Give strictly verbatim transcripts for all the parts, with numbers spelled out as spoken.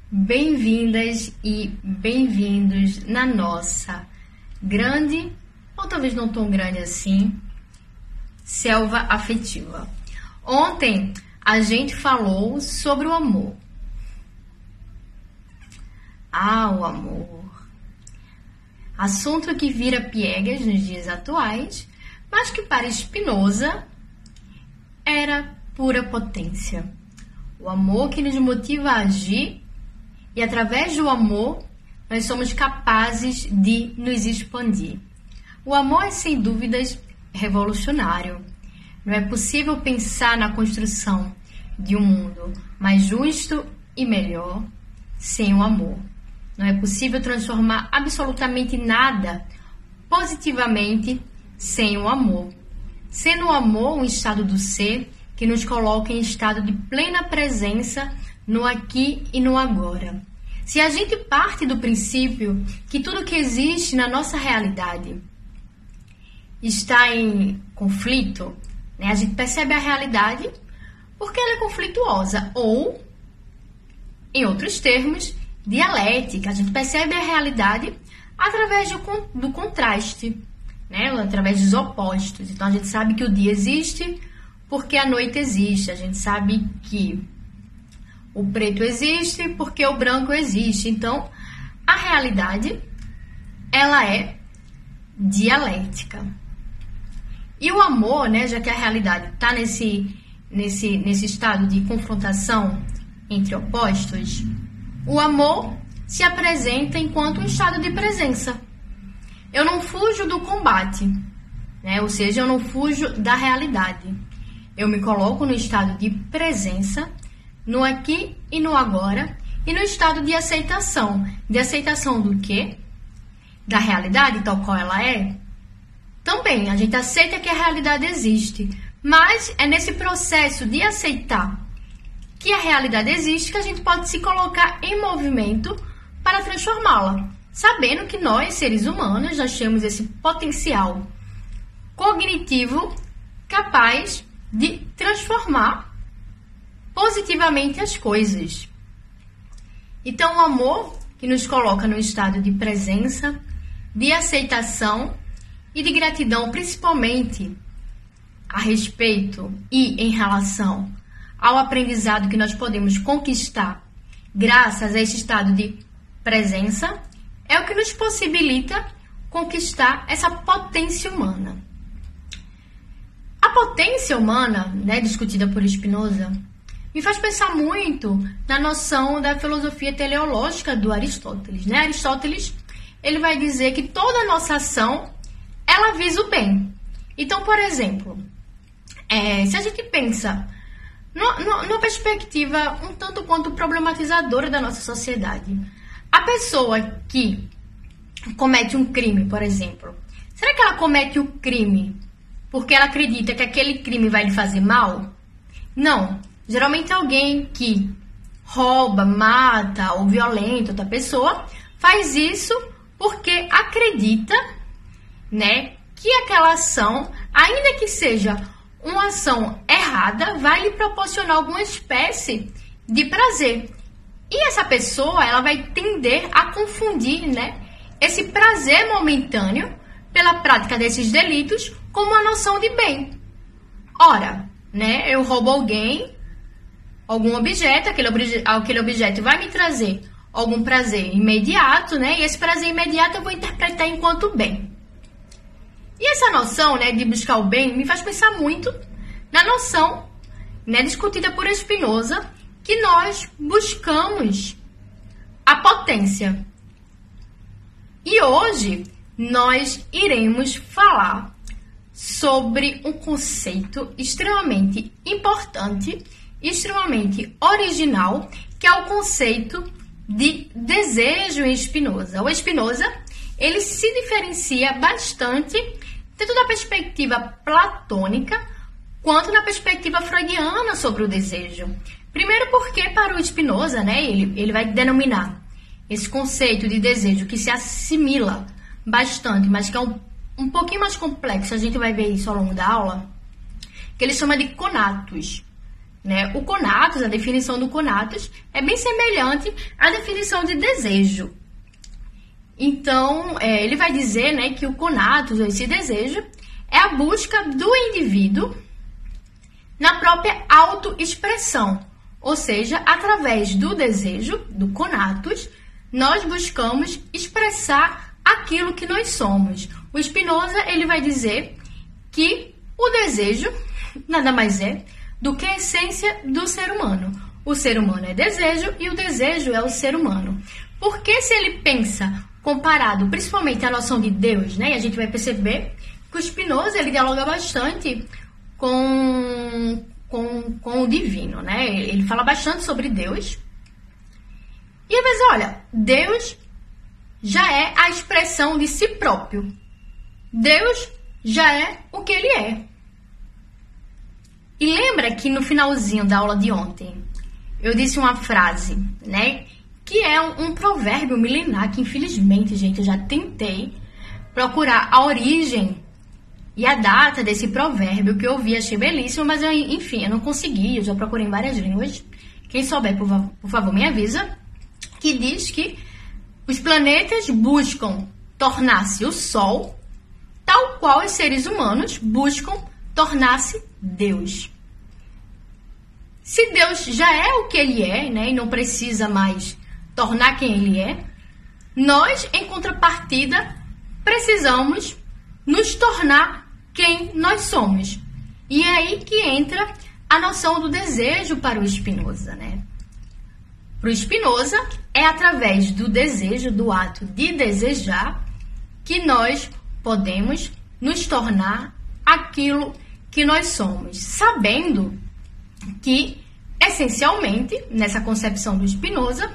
Bem-vindas e bem-vindos na nossa grande, ou talvez não tão grande assim, selva afetiva. Ontem a gente falou sobre o amor. Ah, o amor. Assunto que vira piegas nos dias atuais, mas que para Spinoza era pura potência. O amor que nos motiva a agir e através do amor nós somos capazes de nos expandir. O amor é sem dúvidas revolucionário. Não é possível pensar na construção de um mundo mais justo e melhor sem o amor. Não é possível transformar absolutamente nada positivamente sem o amor. Sendo o amor um estado do ser que nos coloca em estado de plena presença no aqui e no agora. Se a gente parte do princípio que tudo que existe na nossa realidade está em conflito, né? A gente percebe a realidade porque ela é conflituosa, ou, em outros termos, dialética. A gente percebe a realidade através do, do contraste, né? Através dos opostos. Então a gente sabe que o dia existe porque a noite existe. A gente sabe que o preto existe porque o branco existe. Então, a realidade, ela é dialética. E o amor, né, já que a realidade está nesse, nesse, nesse estado de confrontação entre opostos, o amor se apresenta enquanto um estado de presença. Eu não fujo do combate, né? Ou seja, eu não fujo da realidade. Eu me coloco no estado de presença, no aqui e no agora, e no estado de aceitação. De aceitação do quê? Da realidade tal qual ela é? Também, a gente aceita que a realidade existe, mas é nesse processo de aceitar que a realidade existe que a gente pode se colocar em movimento para transformá-la, sabendo que nós, seres humanos, já temos esse potencial cognitivo capaz de transformar positivamente as coisas. Então, o amor que nos coloca no estado de presença, de aceitação e de gratidão, principalmente a respeito e em relação ao aprendizado que nós podemos conquistar graças a esse estado de presença, é o que nos possibilita conquistar essa potência humana. A potência humana, né, discutida por Spinoza, me faz pensar muito na noção da filosofia teleológica do Aristóteles, né? Aristóteles, ele vai dizer que toda a nossa ação, ela visa o bem. Então, por exemplo, é, se a gente pensa no, no, numa perspectiva um tanto quanto problematizadora da nossa sociedade, a pessoa que comete um crime, por exemplo, será que ela comete o crime porque ela acredita que aquele crime vai lhe fazer mal? Não. Geralmente alguém que rouba, mata ou violenta outra pessoa faz isso porque acredita, né, que aquela ação, ainda que seja uma ação errada, vai lhe proporcionar alguma espécie de prazer. E essa pessoa, ela vai tender a confundir, né, esse prazer momentâneo pela prática desses delitos como uma noção de bem. Ora, né, eu roubo alguém, algum objeto, aquele, obje, aquele objeto vai me trazer algum prazer imediato, né? E esse prazer imediato eu vou interpretar enquanto bem. E essa noção, né, de buscar o bem me faz pensar muito na noção, né, discutida por Spinoza, que nós buscamos a potência. E hoje nós iremos falar sobre um conceito extremamente importante, extremamente original, que é o conceito de desejo em Spinoza. O Spinoza, ele se diferencia bastante tanto da perspectiva platônica quanto na perspectiva freudiana sobre o desejo. Primeiro porque para o Spinoza, né, ele, ele vai denominar esse conceito de desejo que se assimila bastante, mas que é um, um pouquinho mais complexo, a gente vai ver isso ao longo da aula, que ele chama de conatos. né? O conatos, a definição do conatos, é bem semelhante à definição de desejo. Então, é, ele vai dizer, né, que o conatos, esse desejo, é a busca do indivíduo na própria autoexpressão. Ou seja, através do desejo, do conatos, nós buscamos expressar aquilo que nós somos. O Spinoza, ele vai dizer que o desejo nada mais é do que a essência do ser humano. O ser humano é desejo e o desejo é o ser humano. Porque se ele pensa comparado principalmente à noção de Deus, né, e a gente vai perceber que o Spinoza, ele dialoga bastante com, com, com o divino, né? Ele fala bastante sobre Deus. E às vezes, olha, Deus já é a expressão de si próprio. Deus já é o que ele é. E lembra que no finalzinho da aula de ontem, eu disse uma frase, né? Que é um, um provérbio milenar, que infelizmente, gente, eu já tentei procurar a origem e a data desse provérbio que eu vi, achei belíssimo, mas eu, enfim, eu não consegui, eu já procurei em várias línguas. Quem souber, por, por favor, me avisa. Que diz que os planetas buscam tornar-se o Sol, tal qual os seres humanos buscam tornar-se Deus. Se Deus já é o que ele é, né, e não precisa mais tornar quem ele é, nós, em contrapartida, precisamos nos tornar quem nós somos. E é aí que entra a noção do desejo para o Spinoza, né? Para o Spinoza, é através do desejo, do ato de desejar, que nós podemos nos tornar aquilo que nós somos, sabendo que, essencialmente, nessa concepção do Spinoza,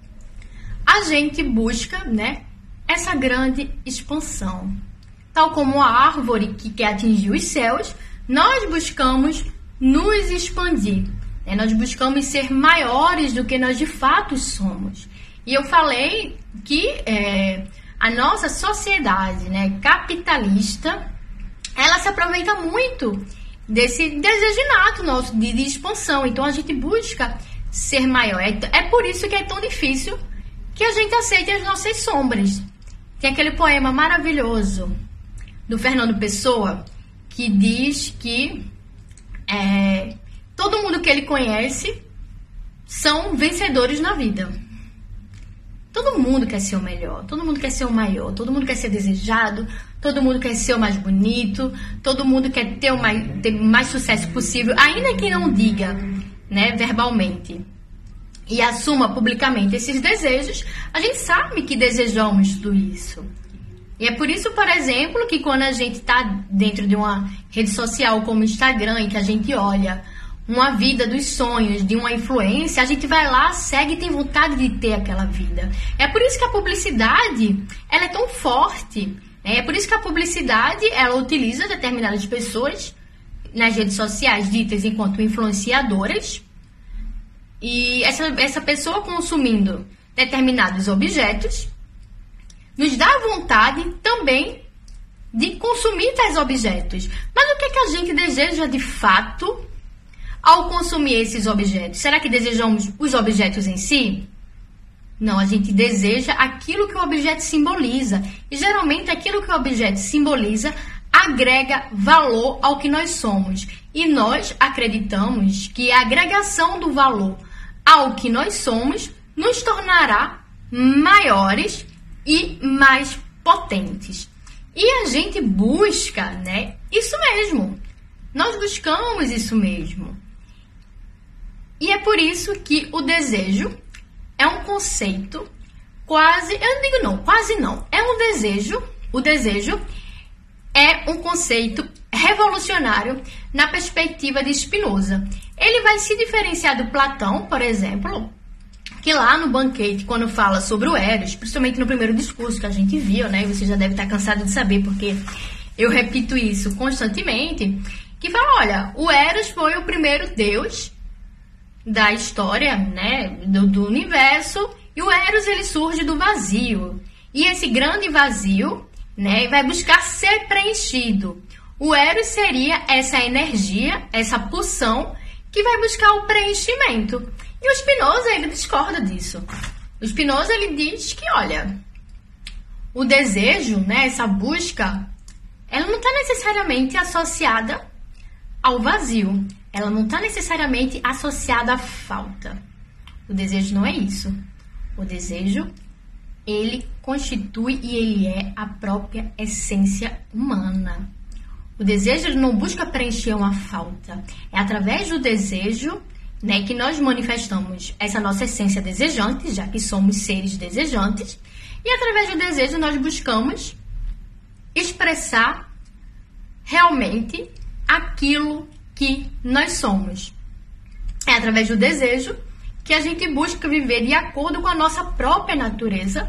a gente busca, né, essa grande expansão. Tal como a árvore que quer atingir os céus, nós buscamos nos expandir. Né? Nós buscamos ser maiores do que nós de fato somos. E eu falei que é, a nossa sociedade, né, capitalista, ela se aproveita muito desse desejo inato nosso de, de expansão. Então a gente busca ser maior. É, é por isso que é tão difícil que a gente aceite as nossas sombras. Tem aquele poema maravilhoso do Fernando Pessoa que diz que é, todo mundo que ele conhece são vencedores na vida. Todo mundo quer ser o melhor, todo mundo quer ser o maior, todo mundo quer ser desejado, todo mundo quer ser o mais bonito, todo mundo quer ter o mais, ter o mais sucesso possível, ainda que não diga, né, verbalmente, e assuma publicamente esses desejos, a gente sabe que desejamos tudo isso. E é por isso, por exemplo, que quando a gente está dentro de uma rede social como o Instagram e que a gente olha uma vida dos sonhos de uma influência, a gente vai lá, segue e tem vontade de ter aquela vida. É por isso que a publicidade, ela é tão forte. Né? É por isso que a publicidade, ela utiliza determinadas pessoas nas redes sociais ditas enquanto influenciadoras. E essa, essa pessoa consumindo determinados objetos nos dá vontade também de consumir tais objetos. Mas o que, é que a gente deseja de fato ao consumir esses objetos? Será que desejamos os objetos em si? Não, a gente deseja aquilo que o objeto simboliza. E geralmente aquilo que o objeto simboliza agrega valor ao que nós somos. E nós acreditamos que a agregação do valor ao que nós somos nos tornará maiores e mais potentes. E a gente busca, né, isso mesmo. Nós buscamos isso mesmo. E é por isso que o desejo é um conceito quase, eu não digo não, quase não, é um desejo, o desejo é um conceito revolucionário na perspectiva de Spinoza. Ele vai se diferenciar do Platão, por exemplo, que lá no banquete, quando fala sobre o Eros, principalmente no primeiro discurso que a gente viu, né, você já deve estar cansado de saber, porque eu repito isso constantemente, que fala, olha, o Eros foi o primeiro deus da história, né, do, do universo, e o Eros, ele surge do vazio. E esse grande vazio, né, vai buscar ser preenchido. O Eros seria essa energia, essa pulsão que vai buscar o preenchimento. E o Spinoza, ele discorda disso. O Spinoza, ele diz que, olha, o desejo, né, essa busca, ela não está necessariamente associada ao vazio. Ela não está necessariamente associada à falta. O desejo não é isso. O desejo, ele constitui e ele é a própria essência humana. O desejo ele não busca preencher uma falta. É através do desejo, né, que nós manifestamos essa nossa essência desejante, já que somos seres desejantes. E através do desejo nós buscamos expressar realmente aquilo que nós somos. É através do desejo que a gente busca viver de acordo com a nossa própria natureza.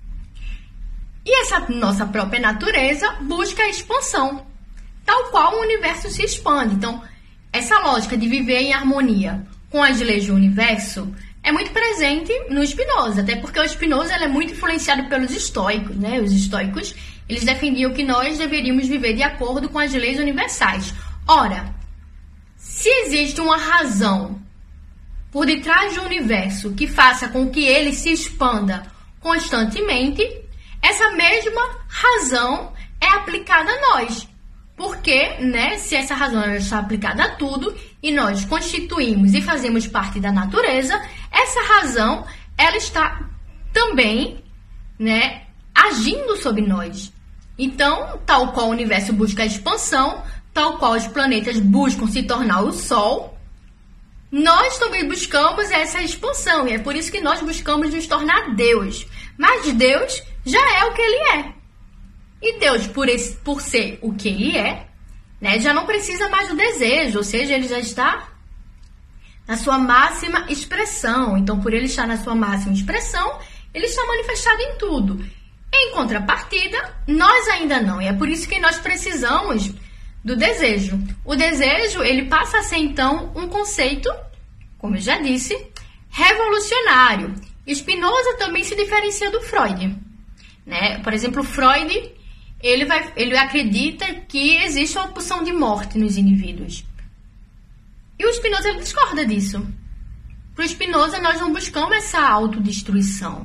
E essa nossa própria natureza busca a expansão, tal qual o universo se expande. Então, essa lógica de viver em harmonia com as leis do universo é muito presente no Spinoza, até porque o Spinoza ele é muito influenciado pelos estoicos, né? Os estoicos, eles defendiam que nós deveríamos viver de acordo com as leis universais. Ora, se existe uma razão por detrás do universo que faça com que ele se expanda constantemente, essa mesma razão é aplicada a nós. Porque, né, se essa razão está aplicada a tudo e nós constituímos e fazemos parte da natureza, essa razão ela está também, né, agindo sobre nós. Então, tal qual o universo busca a expansão, tal qual os planetas buscam se tornar o Sol, nós também buscamos essa expansão. E é por isso que nós buscamos nos tornar Deus. Mas Deus já é o que Ele é. E Deus, por, esse, por ser o que Ele é, né, já não precisa mais do desejo. Ou seja, Ele já está na sua máxima expressão. Então, por Ele estar na sua máxima expressão, Ele está manifestado em tudo. Em contrapartida, nós ainda não. E é por isso que nós precisamos do desejo. O desejo, ele passa a ser, então, um conceito, como eu já disse, revolucionário. Spinoza também se diferencia do Freud, né? Por exemplo, Freud, ele, vai, ele acredita que existe uma pulsão de morte nos indivíduos. E o Spinoza, ele discorda disso. Para o Spinoza, nós não buscamos essa autodestruição.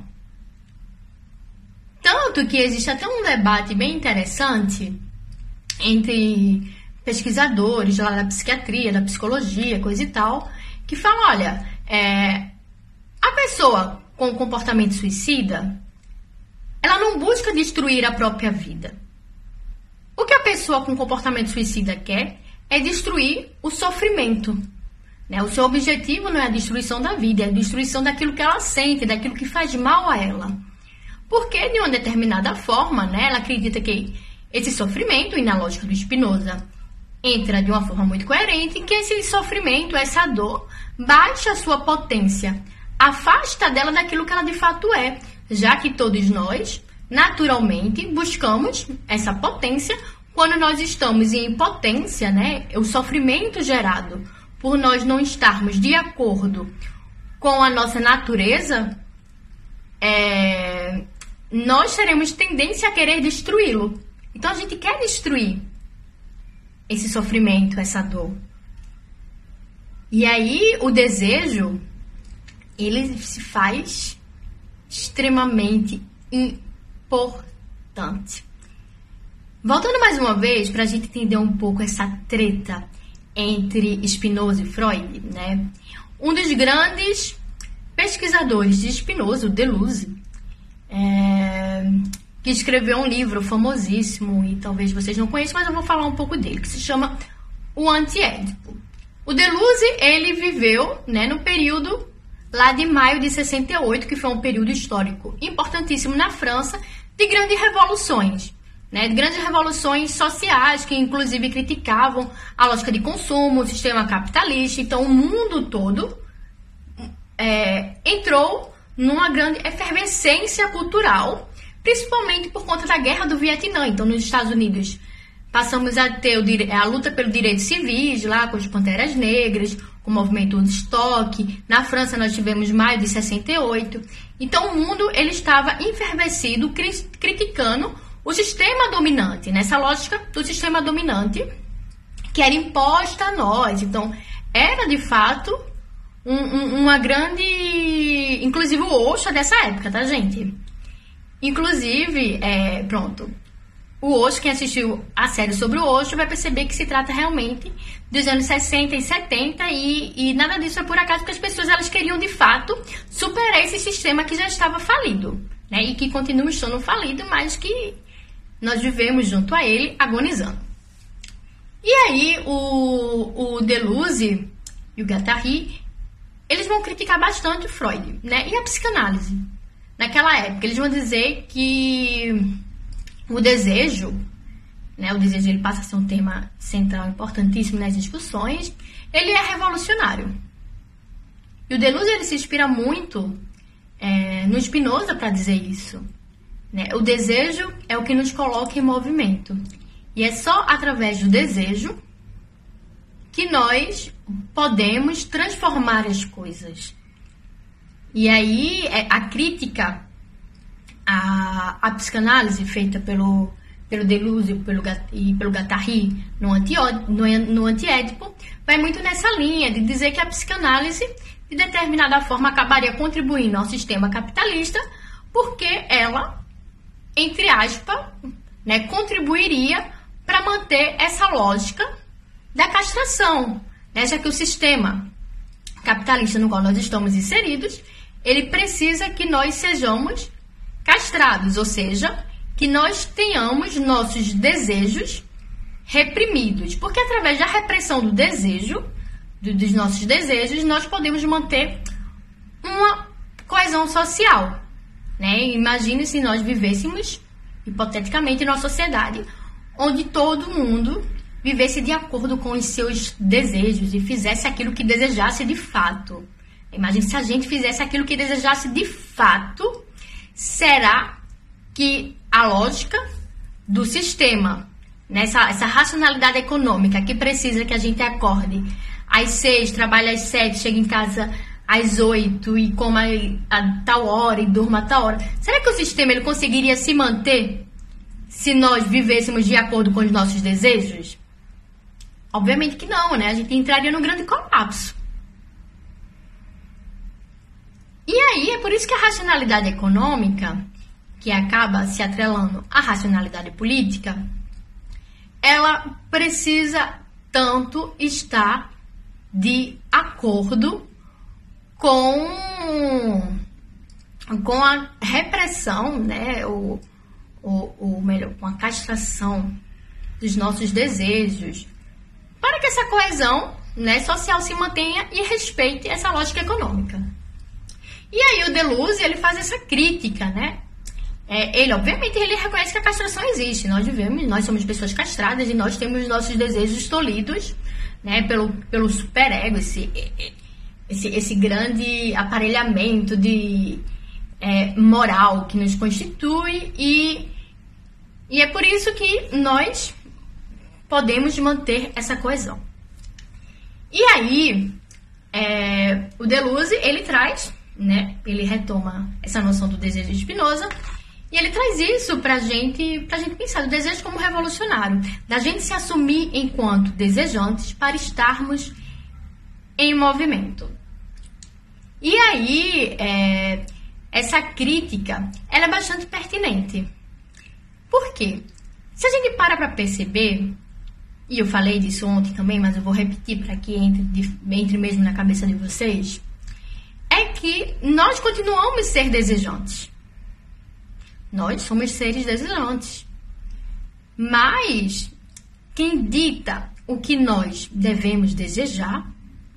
Tanto que existe até um debate bem interessante entre pesquisadores lá da psiquiatria, da psicologia, coisa e tal, que falam, olha, é, a pessoa com comportamento suicida, ela não busca destruir a própria vida. O que a pessoa com comportamento suicida quer é destruir o sofrimento, né? O seu objetivo não é a destruição da vida, é a destruição daquilo que ela sente, daquilo que faz mal a ela. Porque, de uma determinada forma, né, ela acredita que esse sofrimento, e na lógica do Spinoza, entra de uma forma muito coerente, que esse sofrimento, essa dor, baixa a sua potência, afasta dela daquilo que ela de fato é, já que todos nós, naturalmente, buscamos essa potência quando nós estamos em impotência, né? O sofrimento gerado por nós não estarmos de acordo com a nossa natureza, é, nós teremos tendência a querer destruí-lo. Então, a gente quer destruir esse sofrimento, essa dor. E aí, o desejo, ele se faz extremamente importante. Voltando mais uma vez, para a gente entender um pouco essa treta entre Spinoza e Freud, né? Um dos grandes pesquisadores de Spinoza, o Deleuze, é... que escreveu um livro famosíssimo, e talvez vocês não conheçam, mas eu vou falar um pouco dele, que se chama O Anti-Édipo. O Deleuze, ele viveu, né, no período lá de maio de sessenta e oito, que foi um período histórico importantíssimo na França, de grandes revoluções, né, de grandes revoluções sociais, que inclusive criticavam a lógica de consumo, o sistema capitalista. Então, o mundo todo é, entrou numa grande efervescência cultural, principalmente por conta da Guerra do Vietnã. Então, nos Estados Unidos, passamos a ter o, a luta pelos direitos civis, lá com as Panteras Negras, com o movimento Woodstock. Na França, nós tivemos maio de sessenta e oito. Então, o mundo ele estava enfervescido, cri- criticando o sistema dominante, nessa lógica do sistema dominante, que era imposta a nós. Então, era de fato um, um, uma grande... Inclusive o Osho é dessa época, tá, gente? Inclusive, é, pronto, o Osho, quem assistiu a série sobre o Osho, vai perceber que se trata realmente dos anos sessenta e setenta e, e nada disso é por acaso, porque as pessoas elas queriam, de fato, superar esse sistema que já estava falido, né? E que continua estando falido, mas que nós vivemos junto a ele, agonizando. E aí, o, o Deleuze e o Guattari, eles vão criticar bastante o Freud, né? E a psicanálise. Naquela época, eles vão dizer que o desejo, né, o desejo ele passa a ser um tema central, importantíssimo nas discussões, ele é revolucionário. E o Deleuze ele se inspira muito é, no Spinoza para dizer isso. Né? O desejo é o que nos coloca em movimento. E é só através do desejo que nós podemos transformar as coisas. E aí, a crítica à, à psicanálise feita pelo, pelo Deleuze e pelo, e pelo Guattari no, anti, no, no Antiédipo vai muito nessa linha de dizer que a psicanálise, de determinada forma, acabaria contribuindo ao sistema capitalista porque ela, entre aspas, né, contribuiria para manter essa lógica da castração, né, já que o sistema capitalista no qual nós estamos inseridos ele precisa que nós sejamos castrados, ou seja, que nós tenhamos nossos desejos reprimidos. Porque através da repressão do desejo, do, dos nossos desejos, nós podemos manter uma coesão social. Né? Imagine se nós vivêssemos, hipoteticamente, numa sociedade onde todo mundo vivesse de acordo com os seus desejos e fizesse aquilo que desejasse de fato. Imagine se a gente fizesse aquilo que desejasse de fato, será que a lógica do sistema, né, essa, essa racionalidade econômica que precisa que a gente acorde às seis, trabalhe às sete, chegue em casa às oito e coma a tal hora e durma a tal hora, será que o sistema ele conseguiria se manter se nós vivêssemos de acordo com os nossos desejos? Obviamente que não, né? A gente entraria num grande colapso. E aí, é por isso que a racionalidade econômica, que acaba se atrelando à racionalidade política, ela precisa tanto estar de acordo com, com a repressão, né, ou, ou, ou melhor, com a castração dos nossos desejos, para que essa coesão, né, social se mantenha e respeite essa lógica econômica. E aí o Deleuze, ele faz essa crítica, né? É, ele, obviamente, ele reconhece que a castração existe. Nós vivemos, nós somos pessoas castradas e nós temos nossos desejos tolhidos, né? Pelo, pelo superego, esse, esse, esse grande aparelhamento de é, moral que nos constitui. E, e é por isso que nós podemos manter essa coesão. E aí, é, o Deleuze, ele traz... Né? Ele retoma essa noção do desejo de Spinoza e ele traz isso pra gente, pra gente pensar, o desejo como revolucionário, da gente se assumir enquanto desejantes para estarmos em movimento. E aí, é, essa crítica, ela é bastante pertinente. Por quê? Se a gente para pra perceber, e eu falei disso ontem também, mas eu vou repetir para que entre, entre mesmo na cabeça de vocês, é que nós continuamos a ser desejantes. Nós somos seres desejantes. Mas quem dita o que nós devemos desejar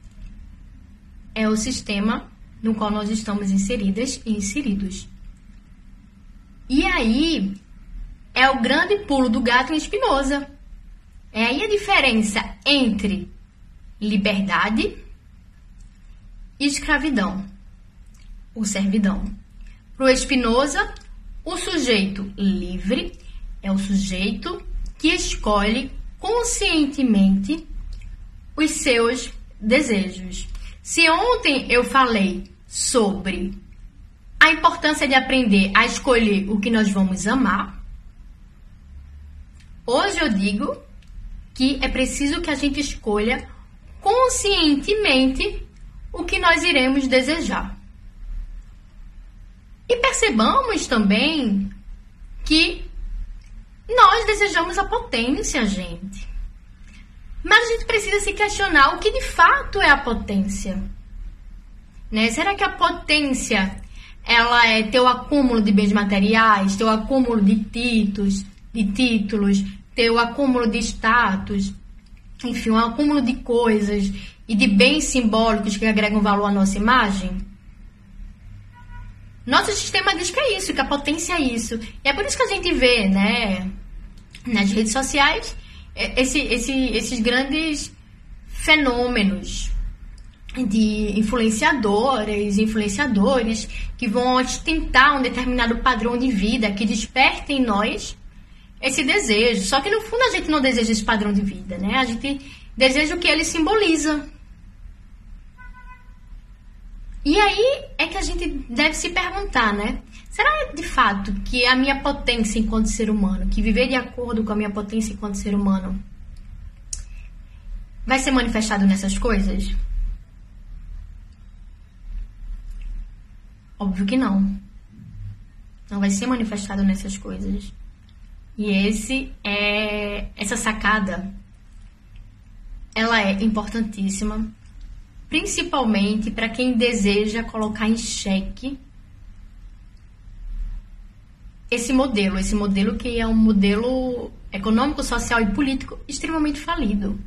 é o sistema no qual nós estamos inseridas e inseridos. E aí é o grande pulo do gato em Spinoza. É aí a diferença entre liberdade e escravidão, ou servidão. Para o Spinoza, o sujeito livre é o sujeito que escolhe conscientemente os seus desejos. Se ontem eu falei sobre a importância de aprender a escolher o que nós vamos amar, hoje eu digo que é preciso que a gente escolha conscientemente o que nós iremos desejar. E percebamos também que nós desejamos a potência, gente. Mas a gente precisa se questionar o que de fato é a potência. Né? Será que a potência ela é teu acúmulo de bens materiais, teu acúmulo de títulos, de títulos, teu acúmulo de status, enfim, um acúmulo de coisas e de bens simbólicos que agregam valor à nossa imagem? Nosso sistema diz que é isso, que a potência é isso. E é por isso que a gente vê, né, nas redes sociais, esse, esse, esses grandes fenômenos de influenciadoras, influenciadores que vão ostentar um determinado padrão de vida que desperta em nós esse desejo. Só que no fundo a gente não deseja esse padrão de vida, né? A gente deseja o que ele simboliza. E aí é que a gente deve se perguntar, né? Será de fato que a minha potência enquanto ser humano, que viver de acordo com a minha potência enquanto ser humano, vai ser manifestado nessas coisas? Óbvio que não. Não vai ser manifestado nessas coisas. E esse é essa sacada, ela é importantíssima, principalmente para quem deseja colocar em xeque esse modelo, esse modelo que é um modelo econômico, social e político extremamente falido.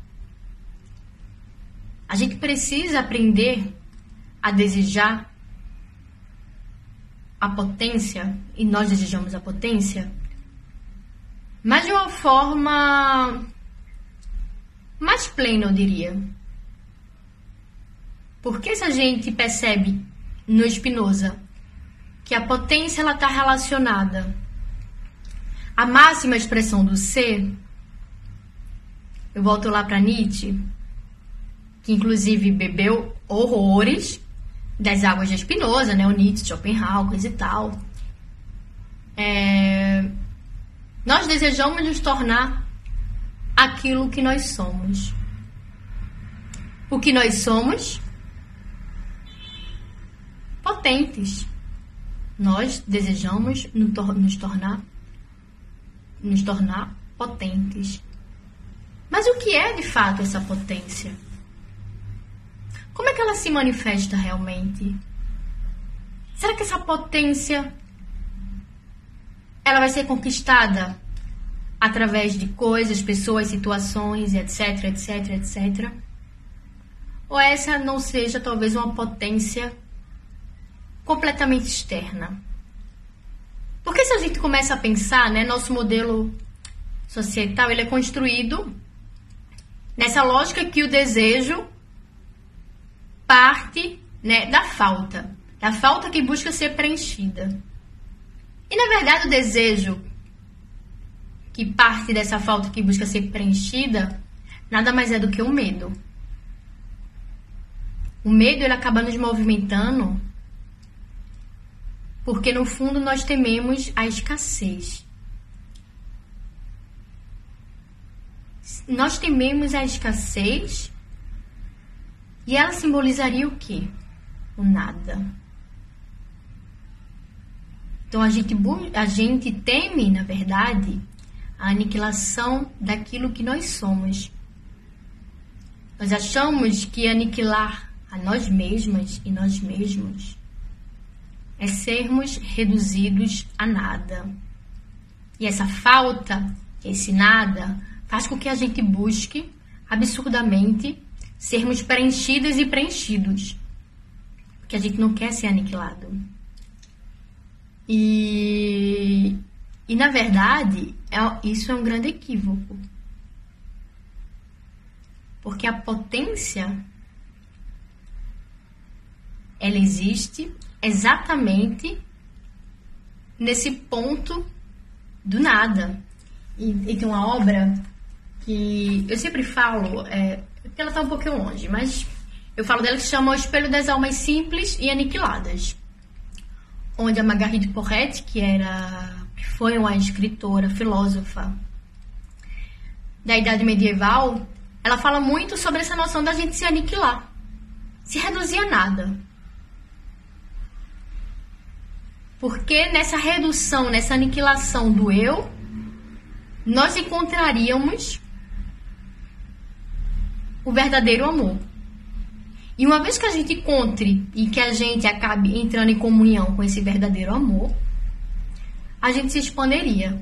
A gente precisa aprender a desejar a potência, e nós desejamos a potência, mas de uma forma mais plena, eu diria. Porque se a gente percebe no Spinoza que a potência ela está relacionada à máxima expressão do ser, eu volto lá para Nietzsche, que inclusive bebeu horrores das águas de Spinoza, né? O Nietzsche, Schopenhauer, coisa e tal. É... Nós desejamos nos tornar aquilo que nós somos. O que nós somos? Potentes. Nós desejamos nos tornar, nos tornar potentes. Mas o que é de fato essa potência? Como é que ela se manifesta realmente? Será que essa potência ela vai ser conquistada através de coisas, pessoas, situações, etc, etc, etcétera? Ou essa não seja talvez uma potência completamente externa? Porque se a gente começa a pensar, né, nosso modelo societal ele é construído nessa lógica que o desejo parte, né, da falta, da falta que busca ser preenchida. E na verdade o desejo que parte dessa falta que busca ser preenchida nada mais é do que o medo. O medo ele acaba nos movimentando porque no fundo nós tememos a escassez. Nós tememos a escassez e ela simbolizaria o quê? O nada. Então a gente, a gente teme, na verdade, a aniquilação daquilo que nós somos. Nós achamos que aniquilar a nós mesmas e nós mesmos é sermos reduzidos a nada. E essa falta, esse nada, faz com que a gente busque absurdamente sermos preenchidas e preenchidos. Porque a gente não quer ser aniquilado. E, e na verdade, é, isso é um grande equívoco. Porque a potência, ela existe exatamente nesse ponto do nada. E, e tem uma obra que eu sempre falo, é, porque ela está um pouquinho longe, mas eu falo dela que se chama O Espelho das Almas Simples e Aniquiladas, onde a Marguerite Porete, que, era, que foi uma escritora, filósofa da Idade Medieval, ela fala muito sobre essa noção da gente se aniquilar, se reduzir a nada. Porque nessa redução, nessa aniquilação do eu, nós encontraríamos o verdadeiro amor. E uma vez que a gente encontre e que a gente acabe entrando em comunhão com esse verdadeiro amor, a gente se expandiria.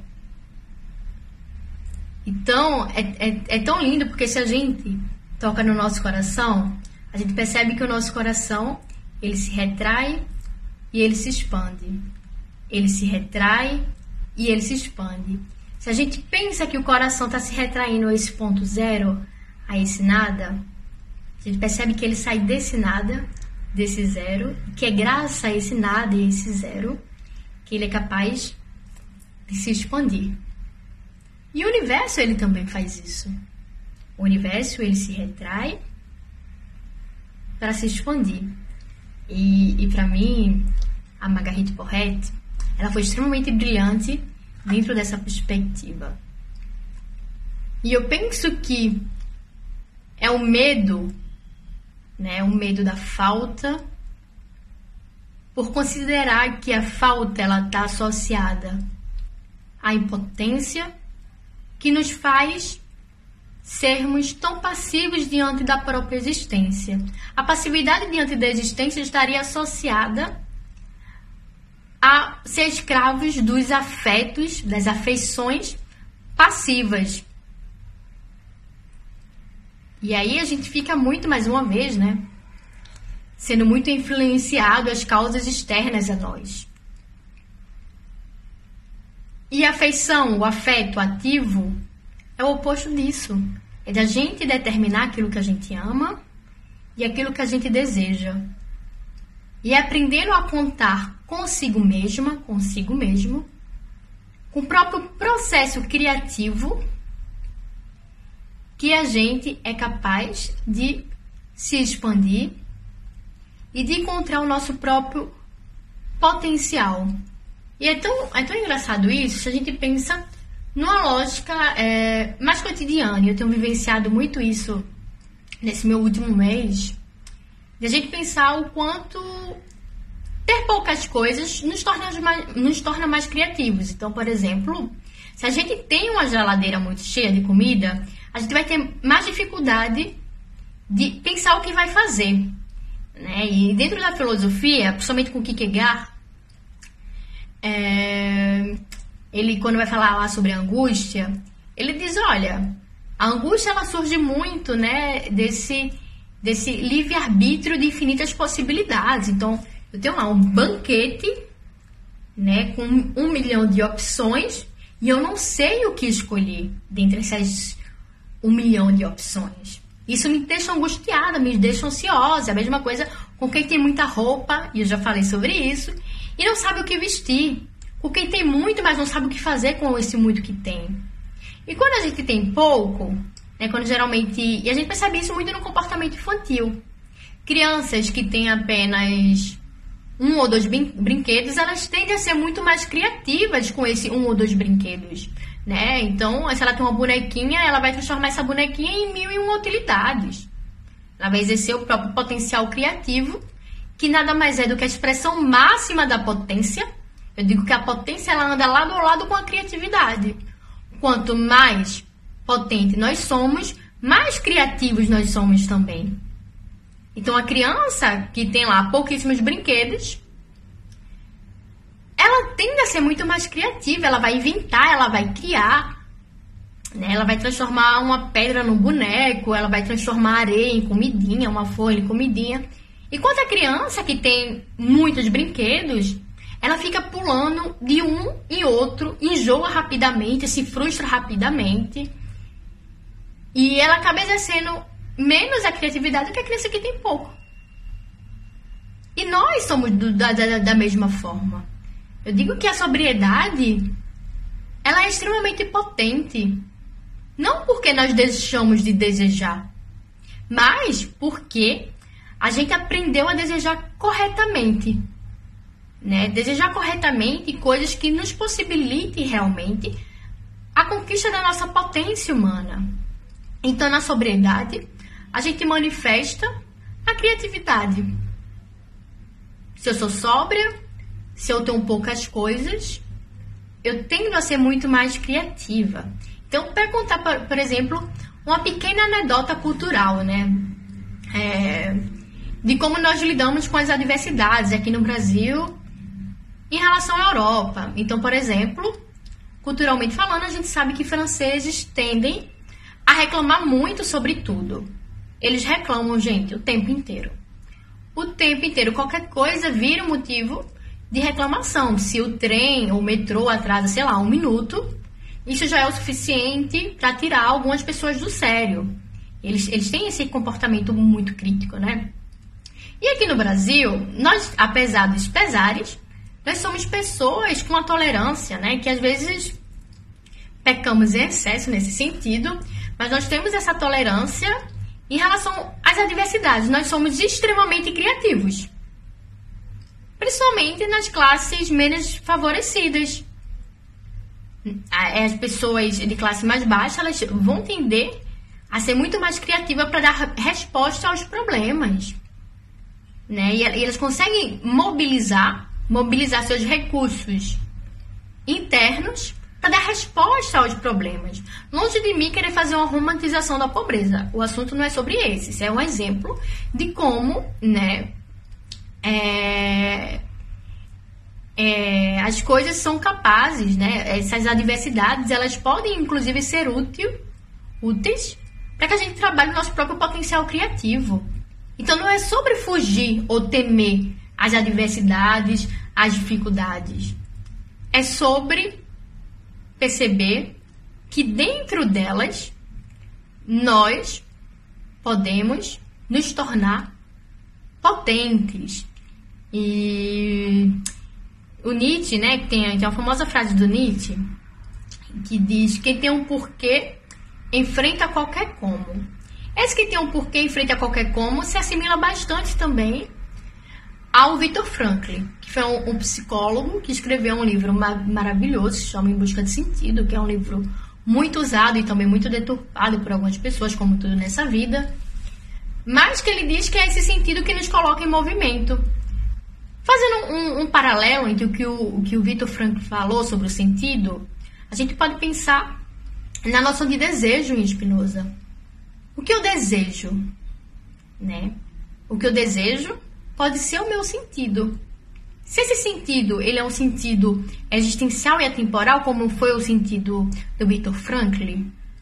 Então, é, é, é tão lindo, porque se a gente toca no nosso coração, a gente percebe que o nosso coração, ele se retrai e ele se expande. Ele se retrai e ele se expande. Se a gente pensa que o coração está se retraindo a esse ponto zero, a esse nada, a gente percebe que ele sai desse nada, desse zero, que é graças a esse nada e esse zero que ele é capaz de se expandir. E o universo, ele também faz isso. O universo, ele se retrai para se expandir. E, e para mim, a Marguerite Porete, ela foi extremamente brilhante dentro dessa perspectiva. E eu penso que é o medo, né, o medo da falta, por considerar que a falta ela está associada à impotência, que nos faz sermos tão passivos diante da própria existência. A passividade diante da existência estaria associada a ser escravos dos afetos, das afeições passivas. E aí a gente fica muito, mais uma vez, né, sendo muito influenciado às causas externas a nós. E a afeição, o afeto ativo, é o oposto disso. É da gente determinar aquilo que a gente ama e aquilo que a gente deseja. E é aprendendo a contar consigo mesma, consigo mesmo, com o próprio processo criativo, que a gente é capaz de se expandir e de encontrar o nosso próprio potencial. E é tão, é tão engraçado isso, se a gente pensa numa lógica é, mais cotidiana. Eu tenho vivenciado muito isso nesse meu último mês, de a gente pensar o quanto ter poucas coisas nos torna mais, nos torna mais criativos. Então, por exemplo, se a gente tem uma geladeira muito cheia de comida, a gente vai ter mais dificuldade de pensar o que vai fazer, né? E dentro da filosofia, principalmente com Kierkegaard, é, ele, quando vai falar lá sobre a angústia, ele diz, olha, a angústia ela surge muito, né, desse, desse livre-arbítrio de infinitas possibilidades. Então, eu tenho lá um banquete, né, com um milhão de opções e eu não sei o que escolher dentre essas um milhão de opções. Isso me deixa angustiada, me deixa ansiosa. A mesma coisa com quem tem muita roupa, e eu já falei sobre isso, e não sabe o que vestir. Com quem tem muito, mas não sabe o que fazer com esse muito que tem. E quando a gente tem pouco, né, quando geralmente... E a gente percebe isso muito no comportamento infantil. Crianças que têm apenas um ou dois brinquedos, elas tendem a ser muito mais criativas com esse um ou dois brinquedos, né? Então, se ela tem uma bonequinha, ela vai transformar essa bonequinha em mil e uma utilidades. Ela vai exercer o próprio potencial criativo, que nada mais é do que a expressão máxima da potência. Eu digo que a potência ela anda lado ao lado com a criatividade. Quanto mais potente nós somos, mais criativos nós somos também. Então, a criança que tem lá pouquíssimos brinquedos, ela tende a ser muito mais criativa, ela vai inventar, ela vai criar, né? Ela vai transformar uma pedra num boneco, ela vai transformar areia em comidinha, uma folha em comidinha. Enquanto a criança que tem muitos brinquedos, ela fica pulando de um em outro, enjoa rapidamente, se frustra rapidamente. E ela acaba exercendo menos a criatividade do que a criança que tem pouco. E nós somos do, da, da, da mesma forma. Eu digo que a sobriedade, ela é extremamente potente. Não porque nós deixamos de desejar, mas porque a gente aprendeu a desejar corretamente. Né? Desejar corretamente coisas que nos possibilitem realmente a conquista da nossa potência humana. Então, na sobriedade, a gente manifesta a criatividade. Se eu sou sóbria, se eu tenho poucas coisas, eu tendo a ser muito mais criativa. Então, para contar, por exemplo, uma pequena anedota cultural, né? É, de como nós lidamos com as adversidades aqui no Brasil em relação à Europa. Então, por exemplo, culturalmente falando, a gente sabe que franceses tendem a reclamar muito sobre tudo. Eles reclamam, gente, o tempo inteiro. O tempo inteiro. Qualquer coisa vira um motivo de reclamação. Se o trem ou o metrô atrasa, sei lá, um minuto, isso já é o suficiente para tirar algumas pessoas do sério. Eles, eles têm esse comportamento muito crítico, né? E aqui no Brasil, nós, apesar dos pesares, nós somos pessoas com uma tolerância, né? Que às vezes pecamos em excesso nesse sentido, mas nós temos essa tolerância em relação às adversidades. Nós somos extremamente criativos, principalmente nas classes menos favorecidas. As pessoas de classe mais baixa, elas vão tender a ser muito mais criativa para dar resposta aos problemas, né? E elas conseguem mobilizar, mobilizar seus recursos internos para dar resposta aos problemas. Longe de mim querer fazer uma romantização da pobreza. O assunto não é sobre esse. Isso é um exemplo de como, né, é, é, as coisas são capazes, né? Essas adversidades, elas podem, inclusive, ser útil, úteis para que a gente trabalhe o nosso próprio potencial criativo. Então, não é sobre fugir ou temer as adversidades, as dificuldades. É sobre perceber que dentro delas, nós podemos nos tornar potentes. E o Nietzsche, né, que tem, tem uma famosa frase do Nietzsche, que diz: quem tem um porquê enfrenta qualquer como. Esse que tem um porquê enfrenta qualquer como se assimila bastante também ao Viktor Frankl, que foi um, um psicólogo que escreveu um livro ma- maravilhoso, que se chama Em Busca de Sentido, que é um livro muito usado e também muito deturpado por algumas pessoas, como tudo nessa vida, mas que ele diz que é esse sentido que nos coloca em movimento. Fazendo um, um paralelo entre o que o, o que o Viktor Frankl falou sobre o sentido, a gente pode pensar na noção de desejo em Spinoza. O que eu desejo, né? O que eu desejo pode ser o meu sentido. Se esse sentido ele é um sentido existencial e atemporal, como foi o sentido do Viktor Frankl,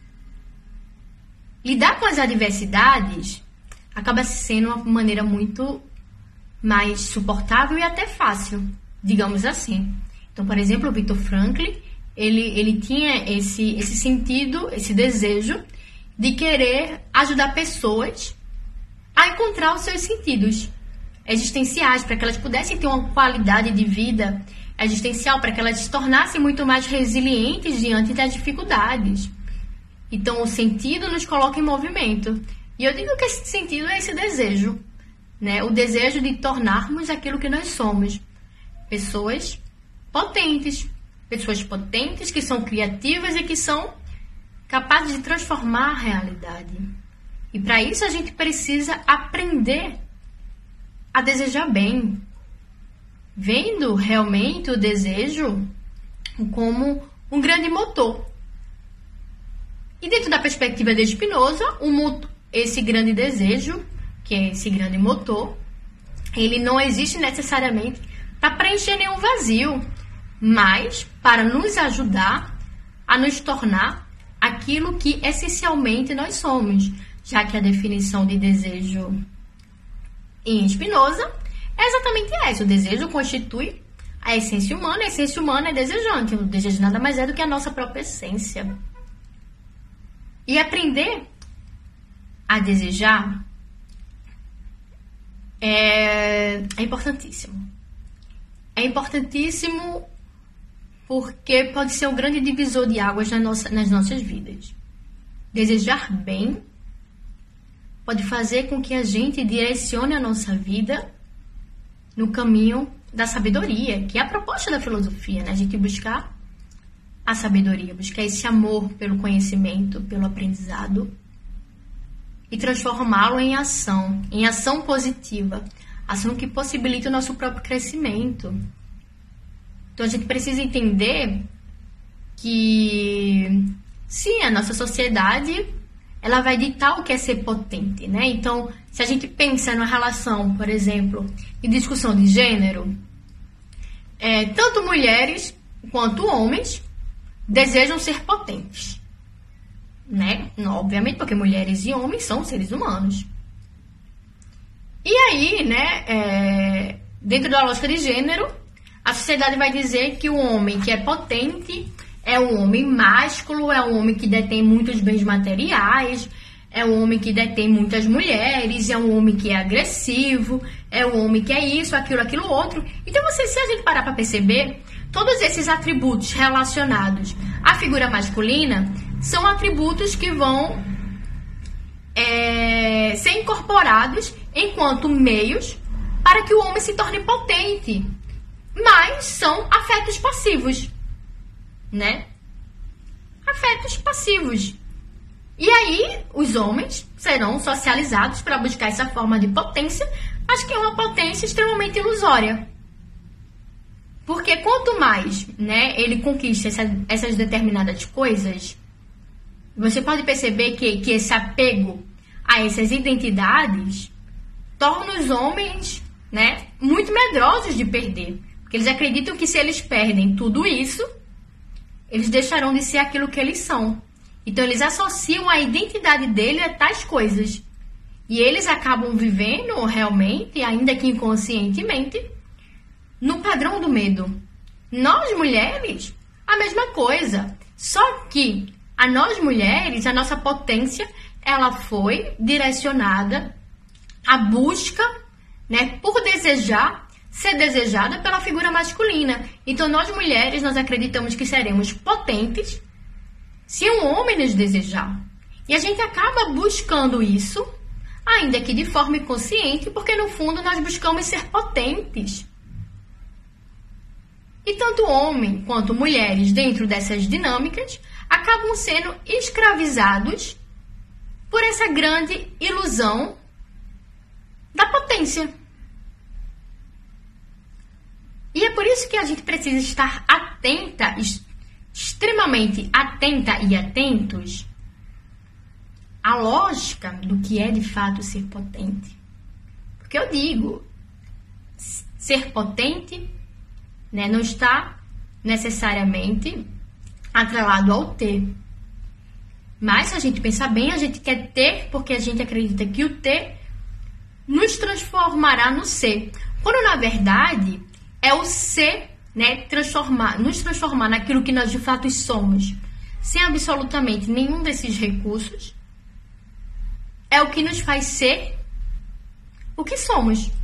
lidar com as adversidades acaba sendo uma maneira muito mais suportável e até fácil, digamos assim. Então, por exemplo, o Viktor Frankl, ele, ele tinha esse, esse sentido, esse desejo de querer ajudar pessoas a encontrar os seus sentidos existenciais, para que elas pudessem ter uma qualidade de vida existencial, para que elas se tornassem muito mais resilientes diante das dificuldades. Então, o sentido nos coloca em movimento. E eu digo que esse sentido é esse desejo, né? O desejo de tornarmos aquilo que nós somos. Pessoas potentes. Pessoas potentes que são criativas e que são capazes de transformar a realidade. E para isso a gente precisa aprender a desejar bem, vendo realmente o desejo como um grande motor. E dentro da perspectiva de Spinoza, um, esse grande desejo, que é esse grande motor, ele não existe necessariamente para preencher nenhum vazio, mas para nos ajudar a nos tornar aquilo que essencialmente nós somos, já que a definição de desejo em Spinoza é exatamente essa. O desejo constitui a essência humana. A essência humana é desejante. O desejo nada mais é do que a nossa própria essência. E aprender a desejar é, é importantíssimo. É importantíssimo porque pode ser um grande divisor de águas na nossa, nas nossas vidas. Desejar bem pode fazer com que a gente direcione a nossa vida no caminho da sabedoria, que é a proposta da filosofia, né? A gente buscar a sabedoria, buscar esse amor pelo conhecimento, pelo aprendizado. e transformá-lo em ação, em ação positiva, ação que possibilita o nosso próprio crescimento. Então a gente precisa entender que sim, a nossa sociedade ela vai ditar o que é ser potente, né? Então, se a gente pensa numa relação, por exemplo, de discussão de gênero, é, tanto mulheres quanto homens desejam ser potentes, né? Obviamente, porque mulheres e homens são seres humanos. E aí, né, é, dentro da lógica de gênero, a sociedade vai dizer que o homem que é potente é um homem másculo, é um homem que detém muitos bens materiais, é um homem que detém muitas mulheres, é um homem que é agressivo, é um homem que é isso, aquilo, aquilo outro. Então, você, se a gente parar para perceber, todos esses atributos relacionados à figura masculina são atributos que vão é, ser incorporados enquanto meios para que o homem se torne potente. Mas são afetos passivos, né? Afetos passivos. E aí, os homens serão socializados para buscar essa forma de potência, mas que é uma potência extremamente ilusória. Porque quanto mais, né, ele conquista essa, essas determinadas coisas, você pode perceber que, que esse apego a essas identidades torna os homens, né, muito medrosos de perder. Porque eles acreditam que se eles perdem tudo isso, eles deixarão de ser aquilo que eles são. Então, eles associam a identidade dele a tais coisas. E eles acabam vivendo realmente, ainda que inconscientemente, no padrão do medo. Nós, mulheres, a mesma coisa. Só que a nós, mulheres, a nossa potência, ela foi direcionada à busca, né, por desejar ser desejada pela figura masculina. Então, nós mulheres, nós acreditamos que seremos potentes se um homem nos desejar. E a gente acaba buscando isso, ainda que de forma inconsciente, porque no fundo nós buscamos ser potentes. E tanto homem quanto mulheres dentro dessas dinâmicas acabam sendo escravizados por essa grande ilusão da potência. E é por isso que a gente precisa estar atenta, extremamente atenta e atentos à lógica do que é de fato ser potente. Porque eu digo, ser potente, né, não está necessariamente atrelado ao ter. Mas se a gente pensar bem, a gente quer ter porque a gente acredita que o ter nos transformará no ser. Quando na verdade é o ser, né, transformar, nos transformar naquilo que nós de fato somos, sem absolutamente nenhum desses recursos, é o que nos faz ser o que somos.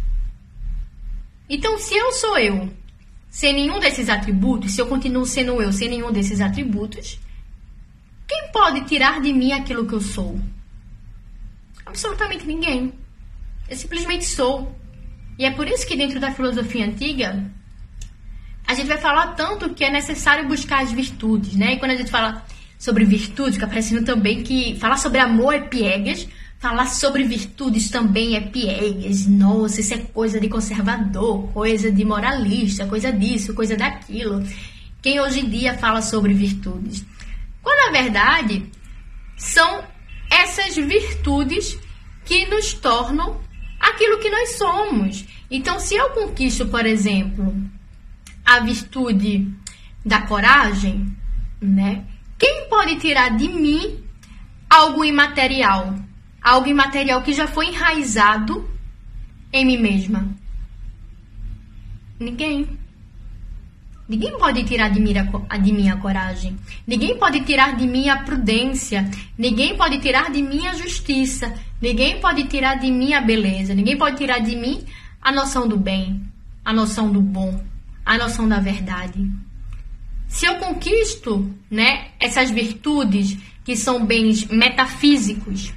Então, se eu sou eu, sem nenhum desses atributos, se eu continuo sendo eu sem nenhum desses atributos, quem pode tirar de mim aquilo que eu sou? Absolutamente ninguém. Eu simplesmente sou. E é por isso que dentro da filosofia antiga, a gente vai falar tanto que é necessário buscar as virtudes, né? E quando a gente fala sobre virtudes, fica parecendo também que falar sobre amor é piegas, falar sobre virtudes também é piegas. Nossa, isso é coisa de conservador, coisa de moralista, coisa disso, coisa daquilo. Quem hoje em dia fala sobre virtudes? Quando, na verdade, são essas virtudes que nos tornam aquilo que nós somos. Então, se eu conquisto, por exemplo, a virtude da coragem, né? Quem pode tirar de mim algo imaterial? Algo imaterial que já foi enraizado em mim mesma? Ninguém. Ninguém pode tirar de mim a, de mim a coragem. Ninguém pode tirar de mim a prudência. Ninguém pode tirar de mim a justiça. Ninguém pode tirar de mim a beleza. Ninguém pode tirar de mim a noção do bem, a noção do bom, a noção da verdade. Se eu conquisto, né, essas virtudes que são bens metafísicos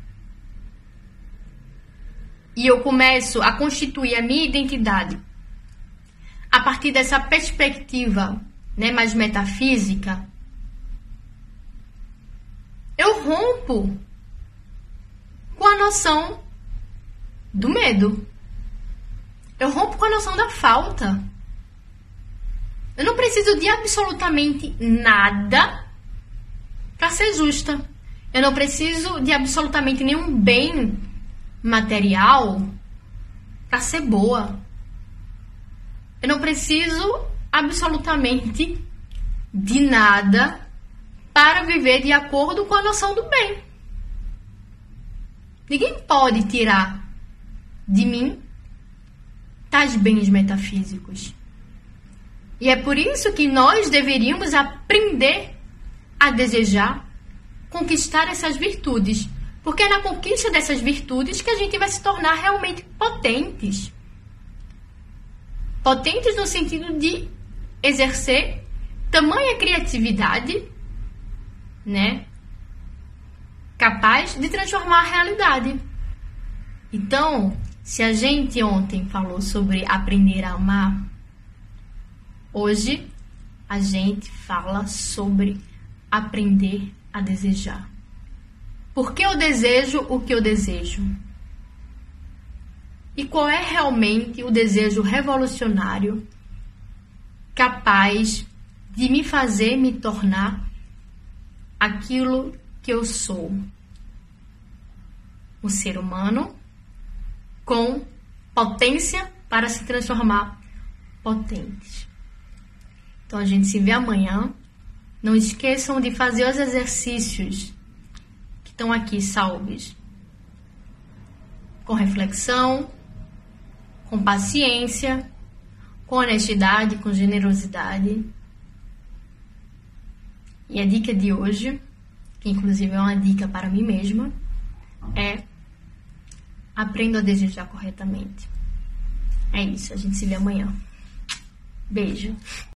e eu começo a constituir a minha identidade a partir dessa perspectiva, né, mais metafísica, eu rompo com a noção do medo. Eu rompo com a noção da falta. Eu não preciso de absolutamente nada para ser justa. Eu não preciso de absolutamente nenhum bem material para ser boa. Eu não preciso absolutamente de nada para viver de acordo com a noção do bem. Ninguém pode tirar de mim tais bens metafísicos. E é por isso que nós deveríamos aprender a desejar conquistar essas virtudes. Porque é na conquista dessas virtudes que a gente vai se tornar realmente potentes. Potentes no sentido de exercer tamanha criatividade, né? Capaz de transformar a realidade. Então, se a gente ontem falou sobre aprender a amar, hoje a gente fala sobre aprender a desejar. Por que eu desejo o que eu desejo? E qual é realmente o desejo revolucionário capaz de me fazer me tornar aquilo que eu sou? Um ser humano com potência para se transformar potente. Então a gente se vê amanhã. Não esqueçam de fazer os exercícios que estão aqui salvos. Com reflexão, com paciência, com honestidade, com generosidade. E a dica de hoje, que inclusive é uma dica para mim mesma, é: aprenda a desejar corretamente. É isso, a gente se vê amanhã. Beijo.